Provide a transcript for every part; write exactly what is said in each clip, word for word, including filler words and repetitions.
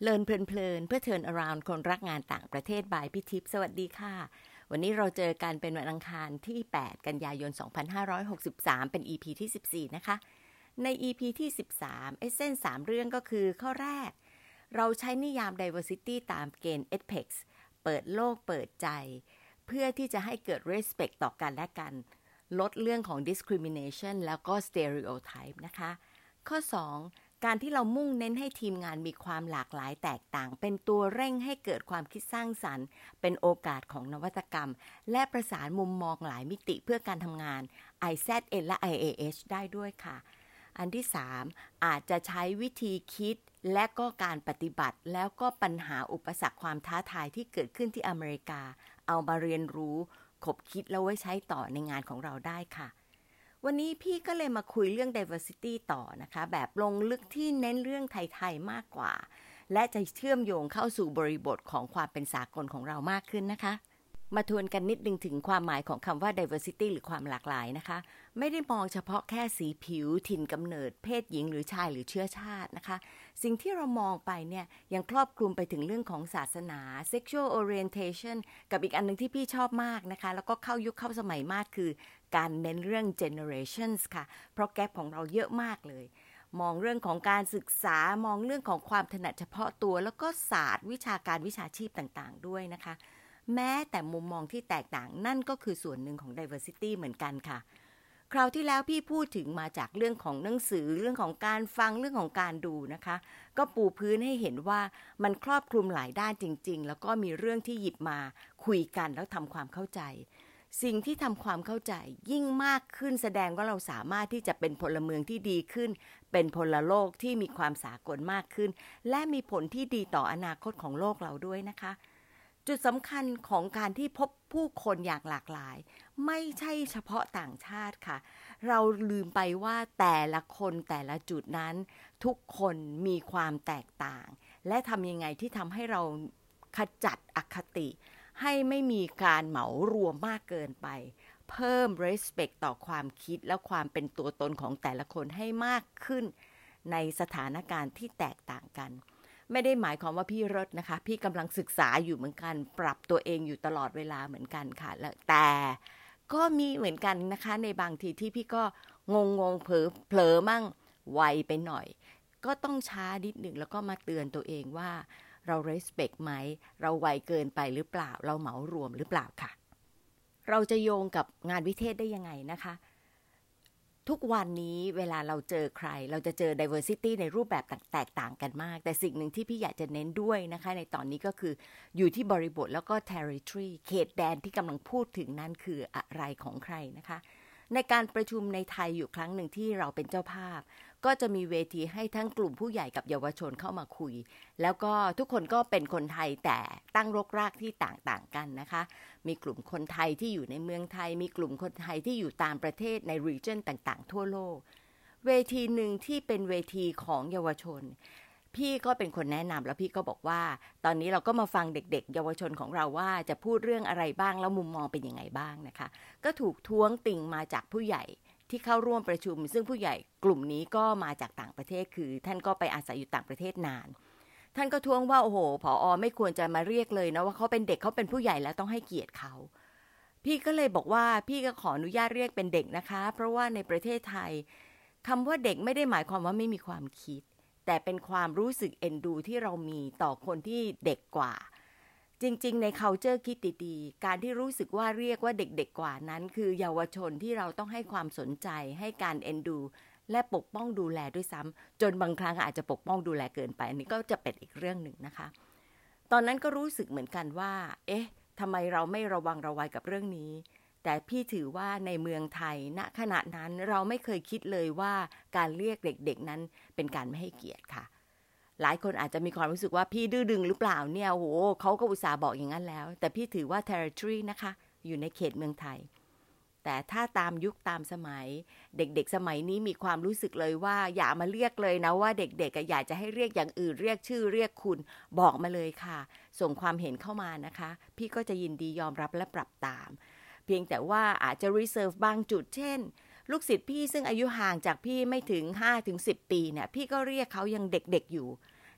ลินเพลินๆเพื่อ Turn Around คนรักงานต่างประเทศบายพี่ทิพย์สวัสดีค่ะวันนี้เราเจอกันเป็นวันอังคารที่แปดกันยายนสองพันห้าร้อยหกสิบสามเป็น อี พี ที่สิบสี่นะคะใน อี พี ที่สิบสามเอเซนส์สามเรื่องก็คือข้อแรกเราใช้นิยาม diversity ตามเกณฑ์ เอ พี อี เอ็กซ์ เปิดโลกเปิดใจเพื่อที่จะให้เกิด respect ต่อกันและกันลดเรื่องของ discrimination แล้วก็ stereotype นะคะข้อสองการที่เรามุ่งเน้นให้ทีมงานมีความหลากหลายแตกต่างเป็นตัวเร่งให้เกิดความคิดสร้างสรรค์เป็นโอกาสของนวัตกรรมและประสานมุมมองหลายมิติเพื่อการทำงาน ไอ แซด เอ็น และ ไอ เอ เอช ได้ด้วยค่ะอันที่สามอาจจะใช้วิธีคิดและก็การปฏิบัติแล้วก็ปัญหาอุปสรรคความท้าทายที่เกิดขึ้นที่อเมริกาเอามาเรียนรู้ขบคิดแล้วไว้ใช้ต่อในงานของเราได้ค่ะวันนี้พี่ก็เลยมาคุยเรื่อง diversity ต่อนะคะแบบลงลึกที่เน้นเรื่องไทยๆมากกว่าและจะเชื่อมโยงเข้าสู่บริบทของความเป็นสากลของเรามากขึ้นนะคะมาทวนกันนิดนึงถึงความหมายของคำว่า diversity หรือความหลากหลายนะคะไม่ได้มองเฉพาะแค่สีผิวถิ่นกำเนิดเพศหญิงหรือชายหรือเชื้อชาตินะคะสิ่งที่เรามองไปเนี่ยยังครอบคลุมไปถึงเรื่องของศาสนา sexual orientation กับอีกอันนึงที่พี่ชอบมากนะคะแล้วก็เข้ายุคเข้าสมัยมากคือการเน้นเรื่อง generations ค่ะเพราะแกปของเราเยอะมากเลยมองเรื่องของการศึกษามองเรื่องของความถนัดเฉพาะตัวแล้วก็ศาสตร์วิชาการวิชาชีพต่างๆด้วยนะคะแม้แต่มุมมองที่แตกต่างนั่นก็คือส่วนหนึ่งของ diversity เหมือนกันค่ะคราวที่แล้วพี่พูดถึงมาจากเรื่องของหนังสือเรื่องของการฟังเรื่องของการดูนะคะก็ปูพื้นให้เห็นว่ามันครอบคลุมหลายด้านจริงๆแล้วก็มีเรื่องที่หยิบมาคุยกันแล้วทำความเข้าใจสิ่งที่ทำความเข้าใจยิ่งมากขึ้นแสดงว่าเราสามารถที่จะเป็นพลเมืองที่ดีขึ้นเป็นพลโลกที่มีความสากลมากขึ้นและมีผลที่ดีต่ออนาคตของโลกเราด้วยนะคะจุดสำคัญของการที่พบผู้คนอย่างหลากหลายไม่ใช่เฉพาะต่างชาติค่ะเราลืมไปว่าแต่ละคนแต่ละจุดนั้นทุกคนมีความแตกต่างและทำยังไงที่ทำให้เราขจัดอคติให้ไม่มีการเหมารวมมากเกินไปเพิ่ม respect ต่อความคิดและความเป็นตัวตนของแต่ละคนให้มากขึ้นในสถานการณ์ที่แตกต่างกันไม่ได้หมายความว่าพี่รถนะคะพี่กำลังศึกษาอยู่เหมือนกันปรับตัวเองอยู่ตลอดเวลาเหมือนกันค่ะแต่ก็มีเหมือนกันนะคะในบางทีที่พี่ก็งงงเผลอเผลอมั่งไวไปหน่อยก็ต้องช้านิดหนึ่งแล้วก็มาเตือนตัวเองว่าเรา respect ไหมเราไวเกินไปหรือเปล่าเราเหมารวมหรือเปล่าค่ะเราจะโยงกับงานวิเทศได้ยังไงนะคะทุกวันนี้เวลาเราเจอใครเราจะเจอ diversity ในรูปแบบแตกต่างกันมากแต่สิ่งหนึ่งที่พี่อยากจะเน้นด้วยนะคะในตอนนี้ก็คืออยู่ที่บริบทแล้วก็ territory เขตแดนที่กำลังพูดถึงนั้นคืออะไรของใครนะคะในการประชุมในไทยอยู่ครั้งหนึ่งที่เราเป็นเจ้าภาพก็จะมีเวทีให้ทั้งกลุ่มผู้ใหญ่กับเยาวชนเข้ามาคุยแล้วก็ทุกคนก็เป็นคนไทยแต่ตั้งรกรากที่ต่างๆกันนะคะมีกลุ่มคนไทยที่อยู่ในเมืองไทยมีกลุ่มคนไทยที่อยู่ตามประเทศใน region ต่างๆทั่วโลกเวทีหนึ่งที่เป็นเวทีของเยาวชนพี่ก็เป็นคนแนะนำแล้วพี่ก็บอกว่าตอนนี้เราก็มาฟังเด็กๆเยาวชนของเราว่าจะพูดเรื่องอะไรบ้างแล้วมุมมองเป็นยังไงบ้างนะคะก็ถูกท้วงติ่งมาจากผู้ใหญ่ที่เข้าร่วมประชุมซึ่งผู้ใหญ่กลุ่มนี้ก็มาจากต่างประเทศคือท่านก็ไปอาศัยอยู่ต่างประเทศนานท่านก็ท้วงว่าโอ้โหผอ.ไม่ควรจะมาเรียกเลยนะว่าเขาเป็นเด็กเขาเป็นผู้ใหญ่แล้วต้องให้เกียรติเขาพี่ก็เลยบอกว่าพี่ก็ขออนุญาตเรียกเป็นเด็กนะคะเพราะว่าในประเทศไทยคำว่าเด็กไม่ได้หมายความว่าไม่มีความคิดแต่เป็นความรู้สึกเอ็นดูที่เรามีต่อคนที่เด็กกว่าจริงๆใน culture คิดดีๆการที่รู้สึกว่าเรียกว่าเด็กๆกว่านั้นคือเยาวชนที่เราต้องให้ความสนใจให้การเอ็นดูและปกป้องดูแลด้วยซ้ำจนบางครั้งอาจจะปกป้องดูแลเกินไปอันนี้ก็จะเป็นอีกเรื่องหนึ่งนะคะตอนนั้นก็รู้สึกเหมือนกันว่าเอ๊ะทำไมเราไม่ระวังระวัยกับเรื่องนี้แต่พี่ถือว่าในเมืองไทยณขณะนั้นเราไม่เคยคิดเลยว่าการเรียกเด็กๆนั้นเป็นการไม่ให้เกียรติค่ะหลายคนอาจจะมีความรู้สึกว่าพี่ดื้อดึงหรือเปล่าเนี่ยโอ้โหเขาก็อุตส่าห์บอกอย่างนั้นแล้วแต่พี่ถือว่า territory นะคะอยู่ในเขตเมืองไทยแต่ถ้าตามยุคตามสมัยเด็กๆสมัยนี้มีความรู้สึกเลยว่าอย่ามาเรียกเลยนะว่าเด็กๆอยากจะให้เรียกอย่างอื่นเรียกชื่อเรียกคุณบอกมาเลยค่ะส่งความเห็นเข้ามานะคะพี่ก็จะยินดียอมรับและปรับตามเพียงแต่ว่าอาจจะ reserve บางจุดเช่นลูกศิษย์พี่ซึ่งอายุห่างจากพี่ไม่ถึง ห้าถึงสิบ ปีเนี่ยพี่ก็เรียกเขายังเด็กๆอยู่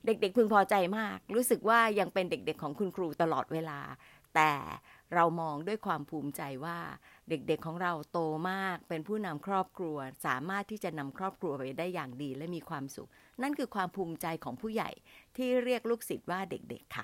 เด็กๆพึงพอใจมากรู้สึกว่ายังเป็นเด็กๆของคุณครูตลอดเวลาแต่เรามองด้วยความภูมิใจว่าเด็กๆของเราโตมากเป็นผู้นำครอบครัวสามารถที่จะนำครอบครัวไปได้อย่างดีและมีความสุขนั่นคือความภูมิใจของผู้ใหญ่ที่เรียกลูกศิษย์ว่าเด็กๆค่ะ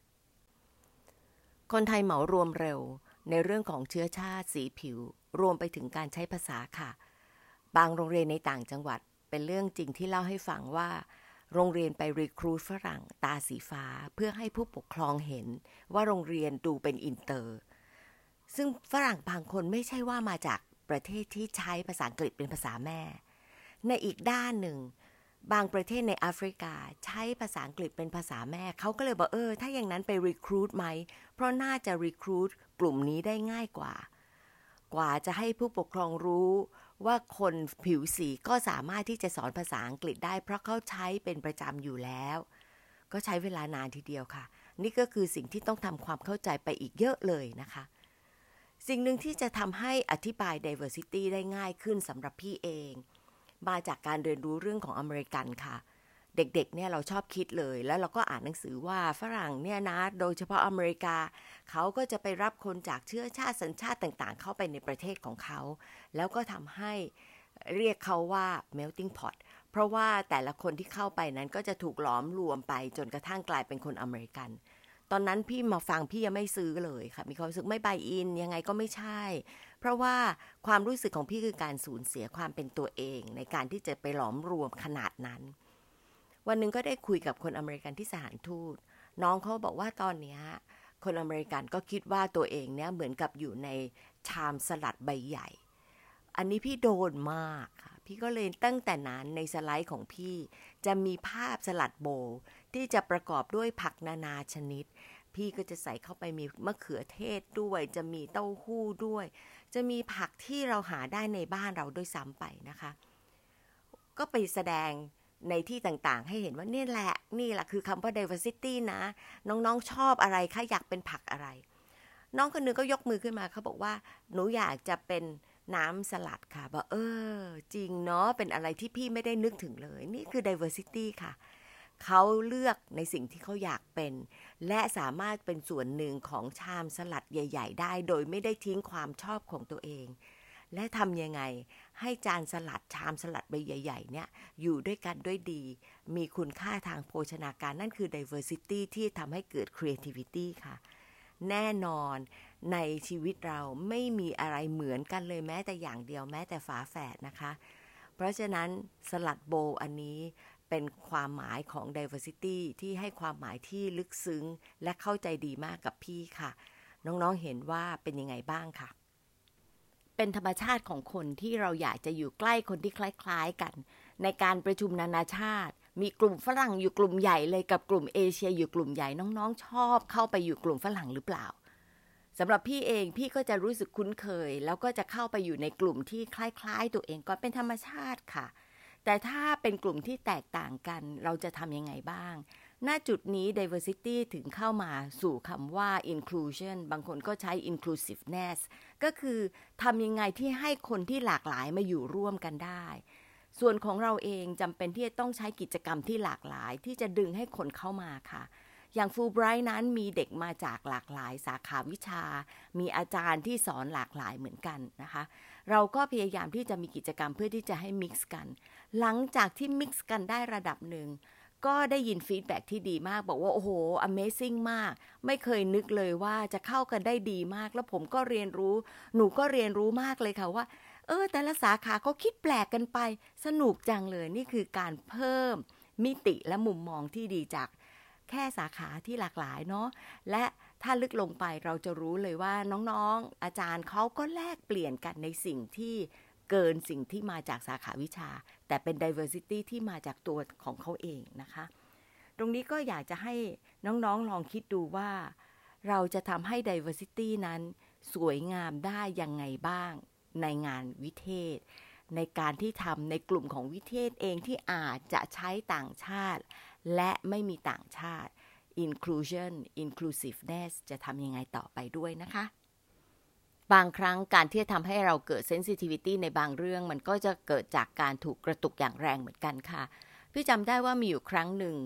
คนไทยเหมารวมเร็วในเรื่องของเชื้อชาติสีผิวรวมไปถึงการใช้ภาษาค่ะบางโรงเรียนในต่างจังหวัดเป็นเรื่องจริงที่เล่าให้ฟังว่าโรงเรียนไปรีครูทฝรั่งตาสีฟ้าเพื่อให้ผู้ปกครองเห็นว่าโรงเรียนดูเป็นอินเตอร์ซึ่งฝรั่งบางคนไม่ใช่ว่ามาจากประเทศที่ใช้ภาษาอังกฤษเป็นภาษาแม่ในอีกด้านหนึ่งบางประเทศในแอฟริกาใช้ภาษาอังกฤษเป็นภาษาแม่เขาก็เลยบอกเออถ้าอย่างนั้นไปรีครูทไหมเพราะน่าจะรีครูทกลุ่มนี้ได้ง่ายกว่ากว่าจะให้ผู้ปกครองรู้ว่าคนผิวสีก็สามารถที่จะสอนภาษาอังกฤษได้เพราะเขาใช้เป็นประจำอยู่แล้วก็ใช้เวลานานทีเดียวค่ะนี่ก็คือสิ่งที่ต้องทำความเข้าใจไปอีกเยอะเลยนะคะสิ่งหนึ่งที่จะทำให้อธิบาย diversity ได้ง่ายขึ้นสำหรับพี่เองมาจากการเรียนรู้เรื่องของอเมริกันค่ะเด็กๆเนี่ยเราชอบคิดเลยแล้วเราก็อ่านหนังสือว่าฝรั่งเนี่ยนะโดยเฉพาะอเมริกาเขาก็จะไปรับคนจากเชื้อชาติสัญชาติต่างๆเข้าไปในประเทศของเขาแล้วก็ทำให้เรียกเขาว่า melting pot เพราะว่าแต่ละคนที่เข้าไปนั้นก็จะถูกหลอมรวมไปจนกระทั่งกลายเป็นคนอเมริกันตอนนั้นพี่มาฟังพี่ยังไม่ซื้อเลยค่ะมีความรู้สึกไม่ buy in ยังไงก็ไม่ใช่เพราะว่าความรู้สึกของพี่คือการสูญเสียความเป็นตัวเองในการที่จะไปหลอมรวมขนาดนั้นวันหนึ่งก็ได้คุยกับคนอเมริกันที่สถานทูตน้องเขาบอกว่าตอนนี้คนอเมริกันก็คิดว่าตัวเองเนี่ยเหมือนกับอยู่ในชามสลัดใบใหญ่อันนี้พี่โดนมากค่ะพี่ก็เลยตั้งแต่นั้นในสไลด์ของพี่จะมีภาพสลัดโบว์ที่จะประกอบด้วยผักนานาชนิดพี่ก็จะใส่เข้าไปมีมะเขือเทศด้วยจะมีเต้าหู้ด้วยจะมีผักที่เราหาได้ในบ้านเราด้วยซ้ำไปนะคะก็ไปแสดงในที่ต่างๆให้เห็นว่านี่แหละนี่แหละคือคำว่า diversity นะน้องๆชอบอะไรคะอยากเป็นผักอะไรน้องคนนึงก็ยกมือขึ้นมาเขาบอกว่าหนูอยากจะเป็นน้ำสลัดค่ะบอกเออจริงเนาะเป็นอะไรที่พี่ไม่ได้นึกถึงเลยนี่คือ diversity ค่ะเขาเลือกในสิ่งที่เขาอยากเป็นและสามารถเป็นส่วนหนึ่งของชามสลัดใหญ่ๆได้โดยไม่ได้ทิ้งความชอบของตัวเองและทำยังไงให้จานสลัดชามสลัดใบใหญ่ๆเนี่ยอยู่ด้วยกันด้วยดีมีคุณค่าทางโภชนาการนั่นคือ diversity ที่ทำให้เกิด creativity ค่ะแน่นอนในชีวิตเราไม่มีอะไรเหมือนกันเลยแม้แต่อย่างเดียวแม้แต่ฝาแฝดนะคะเพราะฉะนั้นสลัดโบว์อันนี้เป็นความหมายของ diversity ที่ให้ความหมายที่ลึกซึ้งและเข้าใจดีมากกับพี่ค่ะน้องๆเห็นว่าเป็นยังไงบ้างค่ะเป็นธรรมชาติของคนที่เราอยากจะอยู่ใกล้คนที่คล้ายๆกันในการประชุมนานาชาติมีกลุ่มฝรั่งอยู่กลุ่มใหญ่เลยกับกลุ่มเอเชียอยู่กลุ่มใหญ่น้องๆชอบเข้าไปอยู่กลุ่มฝรั่งหรือเปล่าสำหรับพี่เองพี่ก็จะรู้สึกคุ้นเคยแล้วก็จะเข้าไปอยู่ในกลุ่มที่คล้ายๆตัวเองก็เป็นธรรมชาติค่ะแต่ถ้าเป็นกลุ่มที่แตกต่างกันเราจะทำยังไงบ้างณจุดนี้ diversity ถึงเข้ามาสู่คำว่า inclusion บางคนก็ใช้ inclusiveness ก็คือทำยังไงที่ให้คนที่หลากหลายมาอยู่ร่วมกันได้ส่วนของเราเองจำเป็นที่จะต้องใช้กิจกรรมที่หลากหลายที่จะดึงให้คนเข้ามาค่ะอย่าง Fulbright นั้นมีเด็กมาจากหลากหลายสาขาวิชามีอาจารย์ที่สอนหลากหลายเหมือนกันนะคะเราก็พยายามที่จะมีกิจกรรมเพื่อที่จะให้ mix กันหลังจากที่ mix กันได้ระดับหนึ่งก็ได้ยินฟีดแบ็กที่ดีมากบอกว่าโอ้โห Amazing มากไม่เคยนึกเลยว่าจะเข้ากันได้ดีมากแล้วผมก็เรียนรู้หนูก็เรียนรู้มากเลยค่ะว่าเออแต่ละสาขาเขาคิดแปลกกันไปสนุกจังเลยนี่คือการเพิ่มมิติและมุมมองที่ดีจากแค่สาขาที่หลากหลายเนาะและถ้าลึกลงไปเราจะรู้เลยว่าน้องๆอาจารย์เขาก็แลกเปลี่ยนกันในสิ่งที่เกินสิ่งที่มาจากสาขาวิชาแต่เป็น diversity ที่มาจากตัวของเขาเองนะคะตรงนี้ก็อยากจะให้น้องๆลองคิดดูว่าเราจะทำให้ diversity นั้นสวยงามได้ยังไงบ้างในงานวิเทศในการที่ทำในกลุ่มของวิเทศเองที่อาจจะใช้ต่างชาติและไม่มีต่างชาติ inclusion inclusiveness จะทำยังไงต่อไปด้วยนะคะบางครั้งการที่จะทำให้เราเกิด sensitivity ในบางเรื่องมันก็จะเกิดจากการถูกกระตุกอย่างแรงเหมือนกันค่ะพี่จำได้ว่ามีอยู่ครั้งหนึ่ง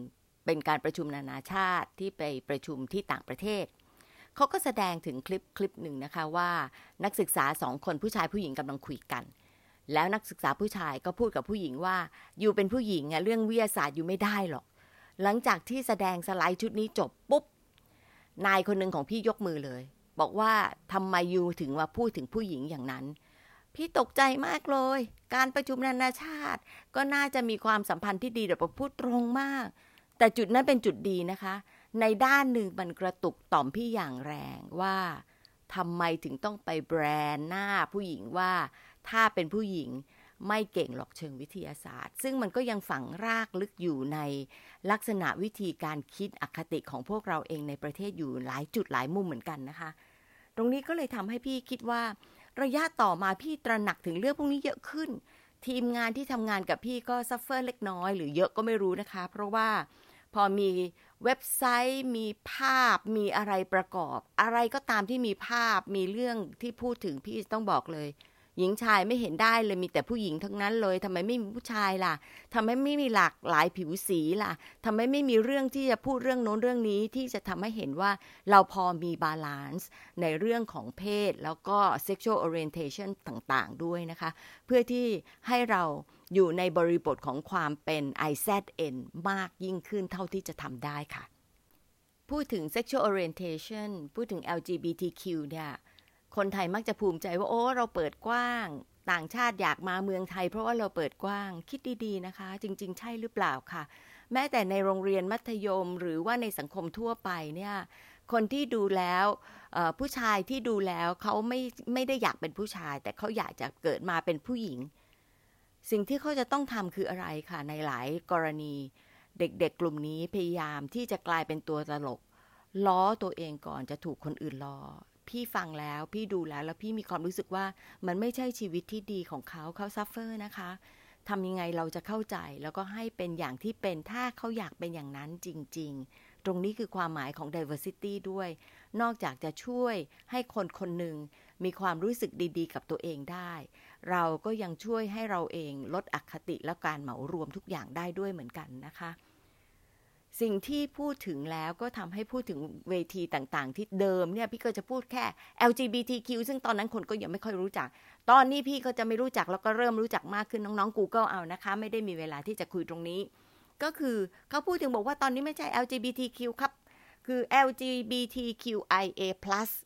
เป็นการประชุมนานาชาติที่ไปประชุมที่ต่างประเทศเขาก็แสดงถึงคลิปคลิปหนึ่งนะคะว่านักศึกษาสองคนผู้ชายผู้หญิงกำลังคุยกันแล้วนักศึกษาผู้ชายก็พูดกับผู้หญิงว่าอยู่เป็นผู้หญิงอะเรื่องวิทยาศาสตร์อยู่ไม่ได้หรอกหลังจากที่แสดงสไลด์ชุดนี้จบปุ๊บนายคนนึงของพี่ยกมือเลยบอกว่าทำไมยูถึงว่าพูดถึงผู้หญิงอย่างนั้นพี่ตกใจมากเลยการประชุมนานาชาติก็น่าจะมีความสัมพันธ์ที่ดีแต่พูดตรงมากแต่จุดนั้นเป็นจุดดีนะคะในด้านหนึ่งมันกระตุกต่อมพี่อย่างแรงว่าทำไมถึงต้องไปแบรนด์หน้าผู้หญิงว่าถ้าเป็นผู้หญิงไม่เก่งหรอกเชิงวิทยาศาสตร์ซึ่งมันก็ยังฝังรากลึกอยู่ในลักษณะวิธีการคิดอคติของพวกเราเองในประเทศอยู่หลายจุดหลายมุมเหมือนกันนะคะตรงนี้ก็เลยทำให้พี่คิดว่าระยะต่อมาพี่ตระหนักถึงเรื่องพวกนี้เยอะขึ้นทีมงานที่ทำงานกับพี่ก็ซัฟเฟอร์เล็กน้อยหรือเยอะก็ไม่รู้นะคะเพราะว่าพอมีเว็บไซต์มีภาพมีอะไรประกอบอะไรก็ตามที่มีภาพมีเรื่องที่พูดถึงพี่ต้องบอกเลยหญิงชายไม่เห็นได้เลยมีแต่ผู้หญิงทั้งนั้นเลยทำไมไม่มีผู้ชายล่ะทำไมไม่มีหลากหลายผิวสีล่ะทำไมไม่มีเรื่องที่จะพูดเรื่องโน้นเรื่องนี้ที่จะทำให้เห็นว่าเราพอมีบาลานซ์ในเรื่องของเพศแล้วก็ sexual orientation ต่างๆด้วยนะคะเพื่อที่ให้เราอยู่ในบริบทของความเป็น ไอ แซด เอ็น มากยิ่งขึ้นเท่าที่จะทำได้ค่ะพูดถึง sexual orientation พูดถึง แอล จี บี ที คิว เนี่ยคนไทยมักจะภูมิใจว่าโอ้เราเปิดกว้างต่างชาติอยากมาเมืองไทยเพราะว่าเราเปิดกว้างคิดดีๆนะคะจริงๆใช่หรือเปล่าค่ะแม้แต่ในโรงเรียนมัธยมหรือว่าในสังคมทั่วไปเนี่ยคนที่ดูแล้วผู้ชายที่ดูแล้วเขาไม่ไม่ได้อยากเป็นผู้ชายแต่เขาอยากจะเกิดมาเป็นผู้หญิงสิ่งที่เขาจะต้องทำคืออะไรค่ะในหลายกรณีเด็กๆกลุ่มนี้พยายามที่จะกลายเป็นตัวตลกล้อตัวเองก่อนจะถูกคนอื่นล้อพี่ฟังแล้วพี่ดูแล้วแล้วพี่มีความรู้สึกว่ามันไม่ใช่ชีวิตที่ดีของเขาเขาซัฟเฟอร์นะคะทำยังไงเราจะเข้าใจแล้วก็ให้เป็นอย่างที่เป็นถ้าเขาอยากเป็นอย่างนั้นจริงๆตรงนี้คือความหมายของ diversity ด้วยนอกจากจะช่วยให้คนคนหนึ่งมีความรู้สึกดีๆกับตัวเองได้เราก็ยังช่วยให้เราเองลดอคติและการเหมารวมทุกอย่างได้ด้วยเหมือนกันนะคะสิ่งที่พูดถึงแล้วก็ทำให้พูดถึงเวทีต่างๆที่เดิมเนี่ยพี่ก็จะพูดแค่ แอล จี บี ที คิว ซึ่งตอนนั้นคนก็ยังไม่ค่อยรู้จักตอนนี้พี่ก็จะไม่รู้จักแล้วก็เริ่มรู้จักมากขึ้นน้องๆ Google เอานะคะไม่ได้มีเวลาที่จะคุยตรงนี้ก็คือเขาพูดถึงบอกว่าตอนนี้ไม่ใช่ แอล จี บี ที คิว ครับคือ แอล จี บี ที คิว ไอ เอ พลัส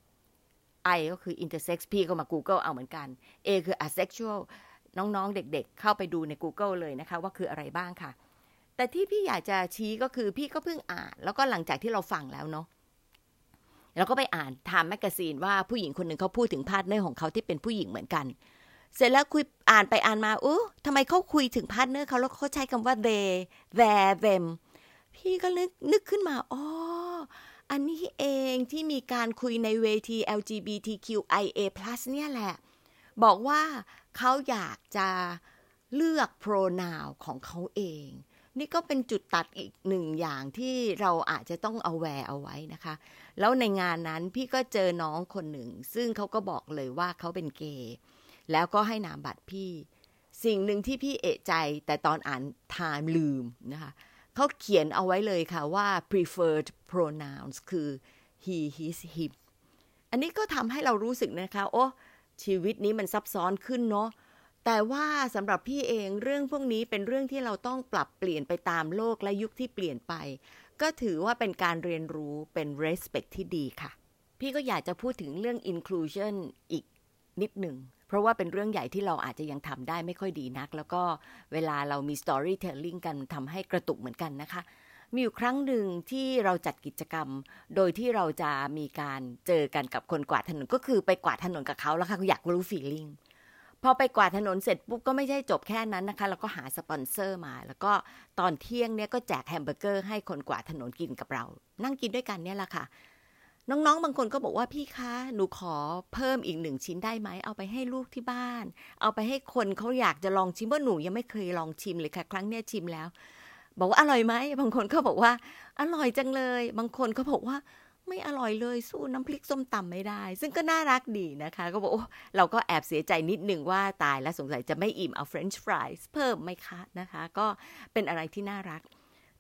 I ก็คือ intersex พี่ก็มา Google เอาเหมือนกัน A คือ asexual น้องๆเด็กๆเข้าไปดูใน Google เลยนะคะว่าคืออะไรบ้างค่ะแต่ที่พี่อยากจะชี้ก็คือพี่ก็เพิ่งอ่านแล้วก็หลังจากที่เราฟังแล้วเนาะเราก็ไปอ่าน Time Magazine ว่าผู้หญิงคนหนึ่งเขาพูดถึงพาร์ทเนอร์ของเขาที่เป็นผู้หญิงเหมือนกันเสร็จแล้วคุยอ่านไปอ่านมาอู้ทำไมเขาคุยถึงพาร์ทเนอร์เขาแล้วเขาใช้คำว่า they their them พี่ก็นึกนึกขึ้นมาอ๋ออันนี้เองที่มีการคุยในเวที แอล จี บี ที คิว ไอ เอ พลัส เนี่ยแหละบอกว่าเขาอยากจะเลือก pronoun ของเขาเองนี่ก็เป็นจุดตัดอีกหนึ่งอย่างที่เราอาจจะต้องเอาแวร์เอาไว้นะคะแล้วในงานนั้นพี่ก็เจอน้องคนหนึ่งซึ่งเขาก็บอกเลยว่าเขาเป็นเกย์แล้วก็ให้นามบัตรพี่สิ่งหนึ่งที่พี่เอะใจแต่ตอนอ่าน Time ลืมนะคะเขาเขียนเอาไว้เลยค่ะว่า preferred pronouns คือ he his him อันนี้ก็ทำให้เรารู้สึกนะคะโอ้ชีวิตนี้มันซับซ้อนขึ้นเนาะแต่ว่าสำหรับพี่เองเรื่องพวกนี้เป็นเรื่องที่เราต้องปรับเปลี่ยนไปตามโลกและยุคที่เปลี่ยนไปก็ถือว่าเป็นการเรียนรู้เป็น respect ที่ดีค่ะพี่ก็อยากจะพูดถึงเรื่อง inclusion อีกนิดหนึ่งเพราะว่าเป็นเรื่องใหญ่ที่เราอาจจะยังทำได้ไม่ค่อยดีนักแล้วก็เวลาเรามี storytelling กันทำให้กระตุกเหมือนกันนะคะมีอยู่ครั้งหนึ่งที่เราจัดกิจกรรมโดยที่เราจะมีการเจอกันกับคนกวาดถนนก็คือไปกวาดถนนกับเขาแล้วค่ะอยากรู้ feelingพอไปกวาดถนนเสร็จปุ๊บก็ไม่ใช่จบแค่นั้นนะคะเราก็หาสปอนเซอร์มาแล้วก็ตอนเที่ยงเนี่ยก็แจกแฮมเบอร์เกอร์ให้คนกวาดถนนกินกับเรานั่งกินด้วยกันเนี่ยแหละค่ะน้องๆบางคนก็บอกว่าพี่คะหนูขอเพิ่มอีกหนึ่งชิ้นได้ไหมเอาไปให้ลูกที่บ้านเอาไปให้คนเขาอยากจะลองชิมว่าหนูยังไม่เคยลองชิมเลยค่ะครั้งเนี้ยชิมแล้วบอกว่าอร่อยไหมบางคนก็บอกว่าอร่อยจังเลยบางคนก็บอกว่าไม่อร่อยเลยสู้น้ำพริกส้มตำไม่ได้ซึ่งก็น่ารักดีนะคะก็บอกโอ้เราก็แอบเสียใจนิดนึงว่าตายแล้วสงสัยจะไม่อิ่มเอาเฟรนช์ฟรายส์เพิ่มไหมคะนะคะก็เป็นอะไรที่น่ารัก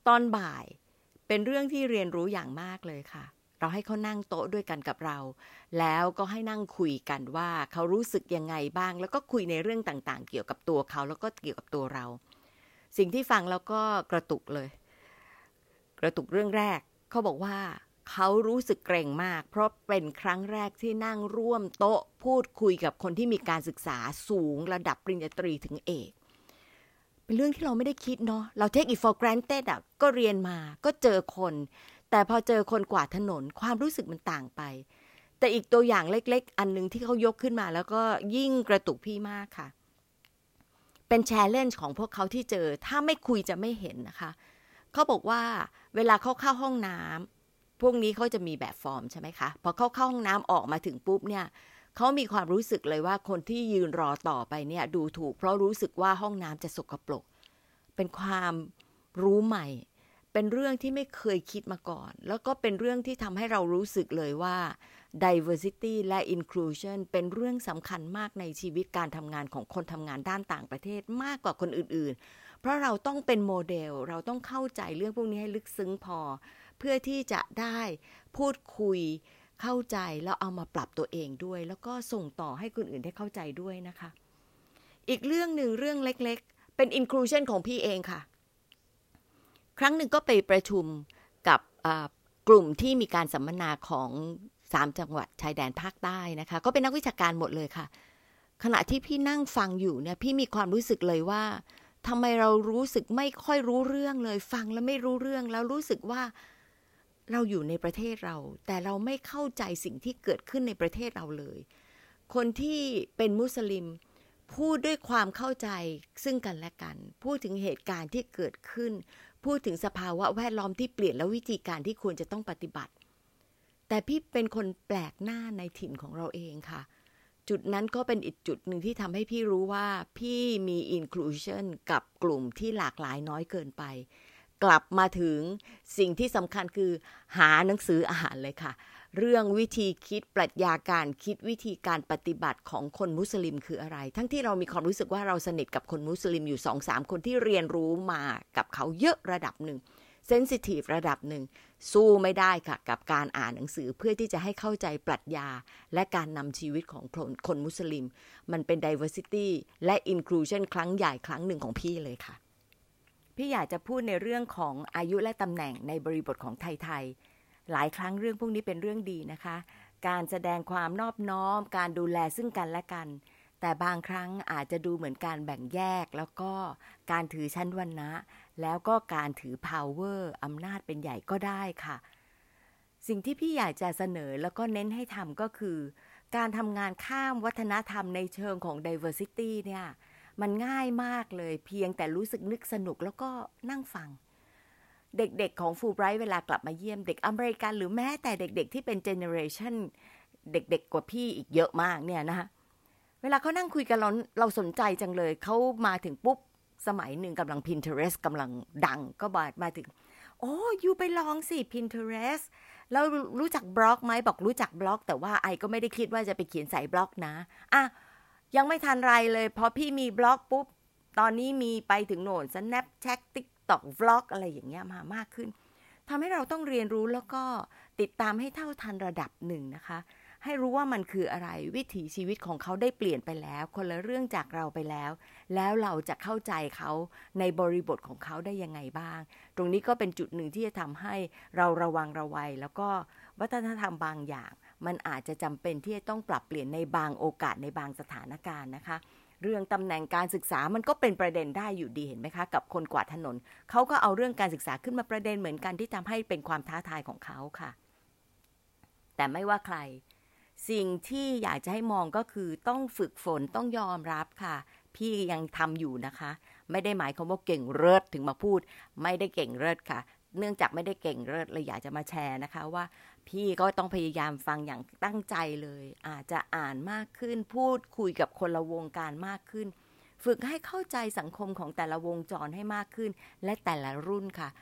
ตอนบ่ายเป็นเรื่องที่เรียนรู้อย่างมากเลยค่ะเราให้เขานั่งโต๊ะด้วยกันกับเราแล้วก็ให้นั่งคุยกันว่าเขารู้สึกยังไงบ้างแล้วก็คุยในเรื่องต่างๆเกี่ยวกับตัวเขาแล้วก็เกี่ยวกับตัวเราสิ่งที่ฟังแล้วก็กระตุกเลยกระตุกเรื่องแรกเขาบอกว่าเขารู้สึกเกรงมากเพราะเป็นครั้งแรกที่นั่งร่วมโต๊ะพูดคุยกับคนที่มีการศึกษาสูงระดับปริญญาตรีถึงเอกเป็นเรื่องที่เราไม่ได้คิดเนาะเรา take it for granted อ่ะก็เรียนมาก็เจอคนแต่พอเจอคนกวาดถนนความรู้สึกมันต่างไปแต่อีกตัวอย่างเล็กๆอันนึงที่เขายกขึ้นมาแล้วก็ยิ่งกระตุกพี่มากค่ะเป็น challenge ของพวกเขาที่เจอถ้าไม่คุยจะไม่เห็นนะคะเขาบอกว่าเวลาเขาเข้าห้องน้ำพวกนี้เขาจะมีแบบฟอร์มใช่ไหมคะพอเขาเข้าห้องน้ำออกมาถึงปุ๊บเนี่ยเขามีความรู้สึกเลยว่าคนที่ยืนรอต่อไปเนี่ยดูถูกเพราะรู้สึกว่าห้องน้ำจะสกปรกเป็นความรู้ใหม่เป็นเรื่องที่ไม่เคยคิดมาก่อนแล้วก็เป็นเรื่องที่ทำให้เรารู้สึกเลยว่า diversity และ inclusion เป็นเรื่องสำคัญมากในชีวิตการทำงานของคนทำงานด้านต่างประเทศมากกว่าคนอื่นๆเพราะเราต้องเป็นโมเดลเราต้องเข้าใจเรื่องพวกนี้ให้ลึกซึ้งพอเพื่อที่จะได้พูดคุยเข้าใจแล้วเอามาปรับตัวเองด้วยแล้วก็ส่งต่อให้คนอื่นได้เข้าใจด้วยนะคะอีกเรื่องหนึ่งเรื่องเล็กๆเป็น inclusion ของพี่เองค่ะครั้งหนึ่งก็ไปประชุมกับกลุ่มที่มีการสัมมนาของสามจังหวัดชายแดนภาคใต้นะคะก็เป็นนักวิชาการหมดเลยค่ะขณะที่พี่นั่งฟังอยู่เนี่ยพี่มีความรู้สึกเลยว่าทำไมเรารู้สึกไม่ค่อยรู้เรื่องเลยฟังแล้วไม่รู้เรื่องแล้วรู้สึกว่าเราอยู่ในประเทศเราแต่เราไม่เข้าใจสิ่งที่เกิดขึ้นในประเทศเราเลยคนที่เป็นมุสลิมพูดด้วยความเข้าใจซึ่งกันและกันพูดถึงเหตุการณ์ที่เกิดขึ้นพูดถึงสภาวะแวดล้อมที่เปลี่ยนและวิธีการที่ควรจะต้องปฏิบัติแต่พี่เป็นคนแปลกหน้าในถิ่นของเราเองค่ะจุดนั้นก็เป็นอีกจุดหนึ่งที่ทำให้พี่รู้ว่าพี่มี inclusion กับกลุ่มที่หลากหลายน้อยเกินไปกลับมาถึงสิ่งที่สำคัญคือหาหนังสืออ่านเลยค่ะเรื่องวิธีคิดปรัชญาการคิดวิธีการปฏิบัติของคนมุสลิมคืออะไรทั้งที่เรามีความรู้สึกว่าเราสนิทกับคนมุสลิมอยู่ สองถึงสาม คนที่เรียนรู้มากับเขาเยอะระดับหนึ่งเซนซิทีฟระดับหนึ่งสู้ไม่ได้ค่ะกับการอ่านหนังสือเพื่อที่จะให้เข้าใจปรัชญาและการนำชีวิตของคนคนมุสลิมมันเป็น diversity และ inclusion ครั้งใหญ่ครั้งหนึ่งของพี่เลยค่ะพี่อยากจะพูดในเรื่องของอายุและตำแหน่งในบริบทของไทยๆหลายครั้งเรื่องพวกนี้เป็นเรื่องดีนะคะการแสดงความนอบน้อมการดูแลซึ่งกันและกันแต่บางครั้งอาจจะดูเหมือนการแบ่งแยกแล้วก็การถือชั้นวรรณะแล้วก็การถือ power อำนาจเป็นใหญ่ก็ได้ค่ะสิ่งที่พี่อยากจะเสนอแล้วก็เน้นให้ทำก็คือการทำงานข้ามวัฒนธรรมในเชิงของ diversity เนี่ยมันง่ายมากเลยเพียงแต่รู้สึกนึกสนุกแล้วก็นั่งฟังเด็กๆของฟูลไบรท์เวลากลับมาเยี่ยมเด็กอเมริกันหรือแม้แต่เด็กๆที่เป็นเจเนอเรชันเด็กๆกว่าพี่อีกเยอะมากเนี่ยนะคะเวลาเขานั่งคุยกันเราเราสนใจจังเลยเขามาถึงปุ๊บสมัยหนึ่งกำลัง Pinterest กำลังดังก็มามาถึงโอ้ยูไปลองสิ Pinterest แล้วรู้จักบล็อกไหมบอกรู้จักบล็อกแต่ว่าไอก็ไม่ได้คิดว่าจะไปเขียนใส่บล็อกนะอ่ะยังไม่ทันไรเลยพอพี่มีบล็อกปุ๊บตอนนี้มีไปถึงโหน่น Snapchat TikTok Vlog อะไรอย่างเงี้ยมามากขึ้นทำให้เราต้องเรียนรู้แล้วก็ติดตามให้เท่าทันระดับหนึ่งนะคะให้รู้ว่ามันคืออะไรวิถีชีวิตของเขาได้เปลี่ยนไปแล้วคนละเรื่องจากเราไปแล้วแล้วเราจะเข้าใจเขาในบริบทของเขาได้ยังไงบ้างตรงนี้ก็เป็นจุดหนึ่งที่จะทำให้เราระวังระวัยแล้วก็วัฒนธรรมบางอย่างมันอาจจะจำเป็นที่จะต้องปรับเปลี่ยนในบางโอกาสในบางสถานการณ์นะคะเรื่องตำแหน่งการศึกษามันก็เป็นประเด็นได้อยู่ดีเห็นไหมคะกับคนกวาดถนนเขาก็เอาเรื่องการศึกษาขึ้นมาประเด็นเหมือนกันที่ทำให้เป็นความท้าทายของเขาค่ะแต่ไม่ว่าใครสิ่งที่อยากจะให้มองก็คือต้องฝึกฝนต้องยอมรับค่ะพี่ยังทำอยู่นะคะไม่ได้หมายความว่าเก่งเลิศถึงมาพูดไม่ได้เก่งเลิศค่ะเนื่องจากไม่ได้เก่งเลิศเลยอยากจะมาแชร์นะคะว่าพี่ก็ต้องพยายามฟังอย่างตั้งใจเลยอาจจะอ่านมากขึ้นพูดคุยกับคนละวงการมากขึ้นฝึกให้เข้าใจสังคมของแต่ละวงจรให้มากขึ้นและแต่ละรุ่นค่ะ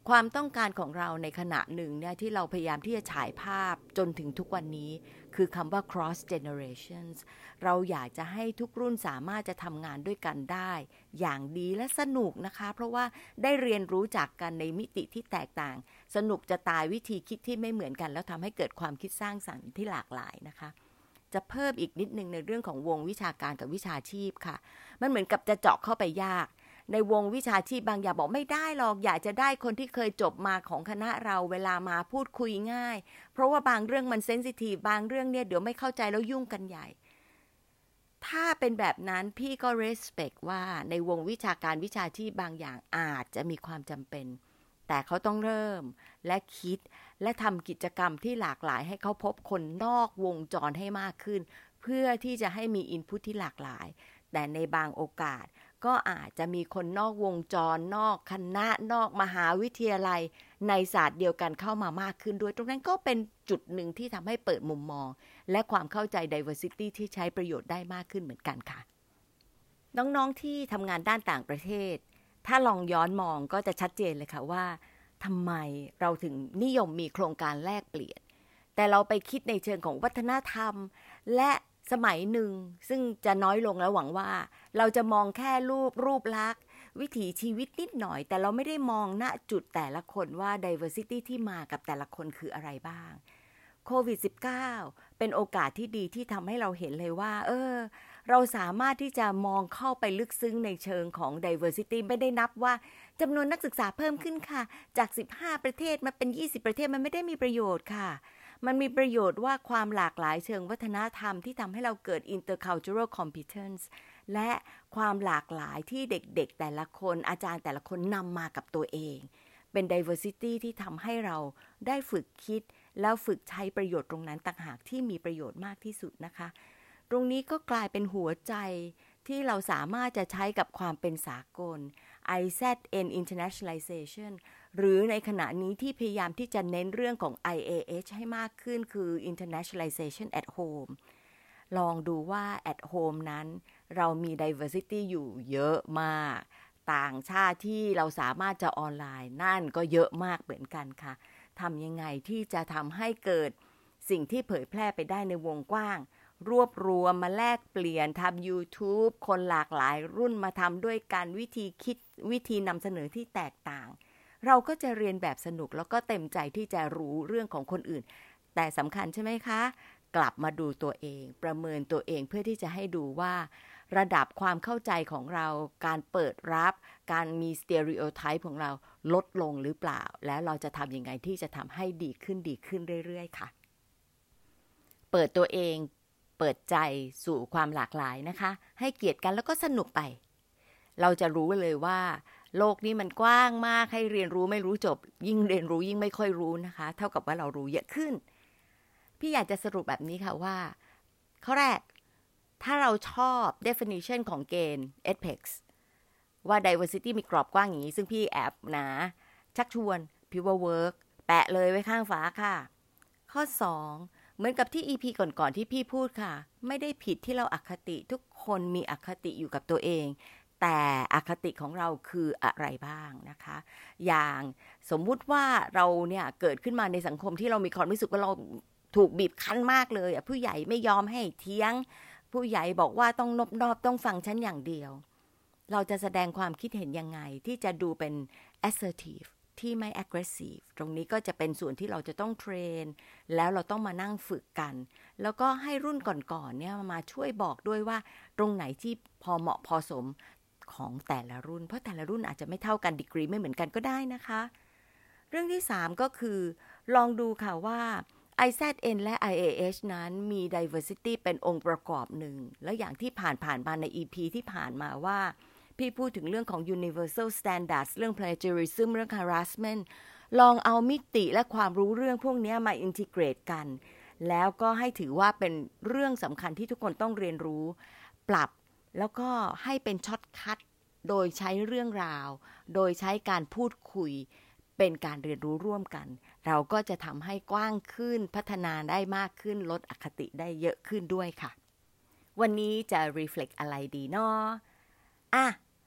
ความต้องการของเราในขณะหนึ่งเนี่ยที่เราพยายามที่จะฉายภาพจนถึงทุกวันนี้คือคำว่า cross generations เราอยากจะให้ทุกรุ่นสามารถจะทำงานด้วยกันได้อย่างดีและสนุกนะคะเพราะว่าได้เรียนรู้จากกันในมิติที่แตกต่างสนุกจะตายวิธีคิดที่ไม่เหมือนกันแล้วทำให้เกิดความคิดสร้างสรรค์ที่หลากหลายนะคะจะเพิ่มอีกนิดนึงในเรื่องของวงวิชาการกับวิชาชีพค่ะมันเหมือนกับจะเจาะเข้าไปยากในวงวิชาชีพบางอย่างบอกไม่ได้หรอกอยากจะได้คนที่เคยจบมาของคณะเราเวลามาพูดคุยง่ายเพราะว่าบางเรื่องมันเซนซิทีฟบางเรื่องเนี่ยเดี๋ยวไม่เข้าใจแล้วยุ่งกันใหญ่ถ้าเป็นแบบนั้นพี่ก็ respect ว่าในวงวิชาการวิชาชีพบางอย่างอาจจะมีความจำเป็นแต่เขาต้องเริ่มและคิดและทำกิจกรรมที่หลากหลายให้เขาพบคนนอกวงจรให้มากขึ้นเพื่อที่จะให้มีอินพุตที่หลากหลายแต่ในบางโอกาสก็อาจจะมีคนนอกวงจรนอกคณะนอกมหาวิทยาลัยในศาสตร์เดียวกันเข้ามามากขึ้นด้วยตรงนั้นก็เป็นจุดหนึ่งที่ทำให้เปิดมุมมองและความเข้าใจ diversity ที่ใช้ประโยชน์ได้มากขึ้นเหมือนกันค่ะน้องๆที่ทำงานด้านต่างประเทศถ้าลองย้อนมองก็จะชัดเจนเลยค่ะว่าทำไมเราถึงนิยมมีโครงการแลกเปลี่ยนแต่เราไปคิดในเชิงของวัฒนธรรมและสมัยหนึ่งซึ่งจะน้อยลงแล้วหวังว่าเราจะมองแค่รูปรูปลักษณ์วิถีชีวิตนิดหน่อยแต่เราไม่ได้มองณจุดแต่ละคนว่า diversity ที่มากับแต่ละคนคืออะไรบ้างโควิด สิบเก้า เป็นโอกาสที่ดีที่ทำให้เราเห็นเลยว่าเออเราสามารถที่จะมองเข้าไปลึกซึ้งในเชิงของ diversity ไม่ได้นับว่าจำนวนนักศึกษาเพิ่มขึ้นค่ะจากสิบห้าประเทศมาเป็นยี่สิบประเทศมันไม่ได้มีประโยชน์ค่ะมันมีประโยชน์ว่าความหลากหลายเชิงวัฒนธรรมที่ทำให้เราเกิด intercultural competence และความหลากหลายที่เด็กๆแต่ละคนอาจารย์แต่ละคนนำมากับตัวเองเป็น diversity ที่ทำให้เราได้ฝึกคิดแล้วฝึกใช้ประโยชน์ตรงนั้นต่างหากที่มีประโยชน์มากที่สุดนะคะตรงนี้ก็กลายเป็นหัวใจที่เราสามารถจะใช้กับความเป็นสากล ไอ แซด เอ็น internationalization หรือในขณะนี้ที่พยายามที่จะเน้นเรื่องของ ไอ เอ เอช ให้มากขึ้นคือ internationalization at home ลองดูว่า at home นั้นเรามี diversity อยู่เยอะมากต่างชาติที่เราสามารถจะออนไลน์นั่นก็เยอะมากเหมือนกันค่ะทำยังไงที่จะทำให้เกิดสิ่งที่เผยแพร่ไปได้ในวงกว้างรวบรวมมาแลกเปลี่ยนทำ YouTube คนหลากหลายรุ่นมาทำด้วยกันวิธีคิดวิธีนำเสนอที่แตกต่างเราก็จะเรียนแบบสนุกแล้วก็เต็มใจที่จะรู้เรื่องของคนอื่นแต่สำคัญใช่ไหมคะกลับมาดูตัวเองประเมินตัวเองเพื่อที่จะให้ดูว่าระดับความเข้าใจของเราการเปิดรับการมีสเตอริโอไทป์ของเราลดลงหรือเปล่าแล้วเราจะทำยังไงที่จะทำให้ดีขึ้นดีขึ้นเรื่อยๆค่ะเปิดตัวเองเปิดใจสู่ความหลากหลายนะคะให้เกียรติกันแล้วก็สนุกไปเราจะรู้เลยว่าโลกนี้มันกว้างมากให้เรียนรู้ไม่รู้จบยิ่งเรียนรู้ยิ่งไม่ค่อยรู้นะคะเท่ากับว่าเรารู้เยอะขึ้นพี่อยากจะสรุปแบบนี้ค่ะว่าข้อแรกถ้าเราชอบ definition ของเกณฑ์ เอ พี อี ซี ว่า diversity มีกรอบกว้างอย่างนี้ซึ่งพี่แอบนะชักชวนพี่ว่า work แปะเลยไว้ข้างฝาค่ะข้อสองเหมือนกับที่ อี พี ก่อนๆที่พี่พูดค่ะไม่ได้ผิดที่เราอคติทุกคนมีอคติอยู่กับตัวเองแต่อคติของเราคืออะไรบ้างนะคะอย่างสมมุติว่าเราเนี่ยเกิดขึ้นมาในสังคมที่เรามีความรู้สึกว่าเราถูกบีบคั้นมากเลยผู้ใหญ่ไม่ยอมให้เถียงผู้ใหญ่บอกว่าต้องนบนอบต้องฟังฉันอย่างเดียวเราจะแสดงความคิดเห็นยังไงที่จะดูเป็น assertive ที่ไม่ aggressive ตรงนี้ก็จะเป็นส่วนที่เราจะต้องเทรนแล้วเราต้องมานั่งฝึกกันแล้วก็ให้รุ่นก่อนๆเนี่ยมาช่วยบอกด้วยว่าตรงไหนที่พอเหมาะพอสมของแต่ละรุ่นเพราะแต่ละรุ่นอาจจะไม่เท่ากันดีกรีไม่เหมือนกันก็ได้นะคะเรื่องที่สามก็คือลองดูค่ะว่า ไอ แซด เอ็น และ ไอ เอ เอช นั้นมี diversity เป็นองค์ประกอบหนึ่งแล้วอย่างที่ผ่านๆมาใน อี พี ที่ผ่านมาว่าพี่พูดถึงเรื่องของ universal standards เรื่อง plagiarism เรื่อง harassment ลองเอามิติและความรู้เรื่องพวกนี้มา integrate กันแล้วก็ให้ถือว่าเป็นเรื่องสำคัญที่ทุกคนต้องเรียนรู้ปรับแล้วก็ให้เป็นช็อตคัทโดยใช้เรื่องราวโดยใช้การพูดคุยเป็นการเรียนรู้ร่วมกันเราก็จะทำให้กว้างขึ้นพัฒนาได้มากขึ้นลดอคติได้เยอะขึ้นด้วยค่ะวันนี้จะ reflect อะไรดีเนาะอ่ะ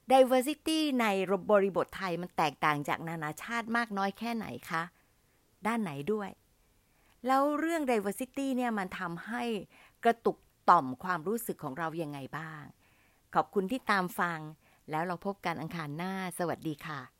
diversity ในบริบทไทยมันแตกต่างจากนานาชาติมากน้อยแค่ไหนคะด้านไหนด้วยแล้วเรื่อง diversity เนี่ยมันทำให้กระตุกต่อมความรู้สึกของเรายังไงบ้างขอบคุณที่ตามฟังแล้วเราพบกันอังคารหน้าสวัสดีค่ะ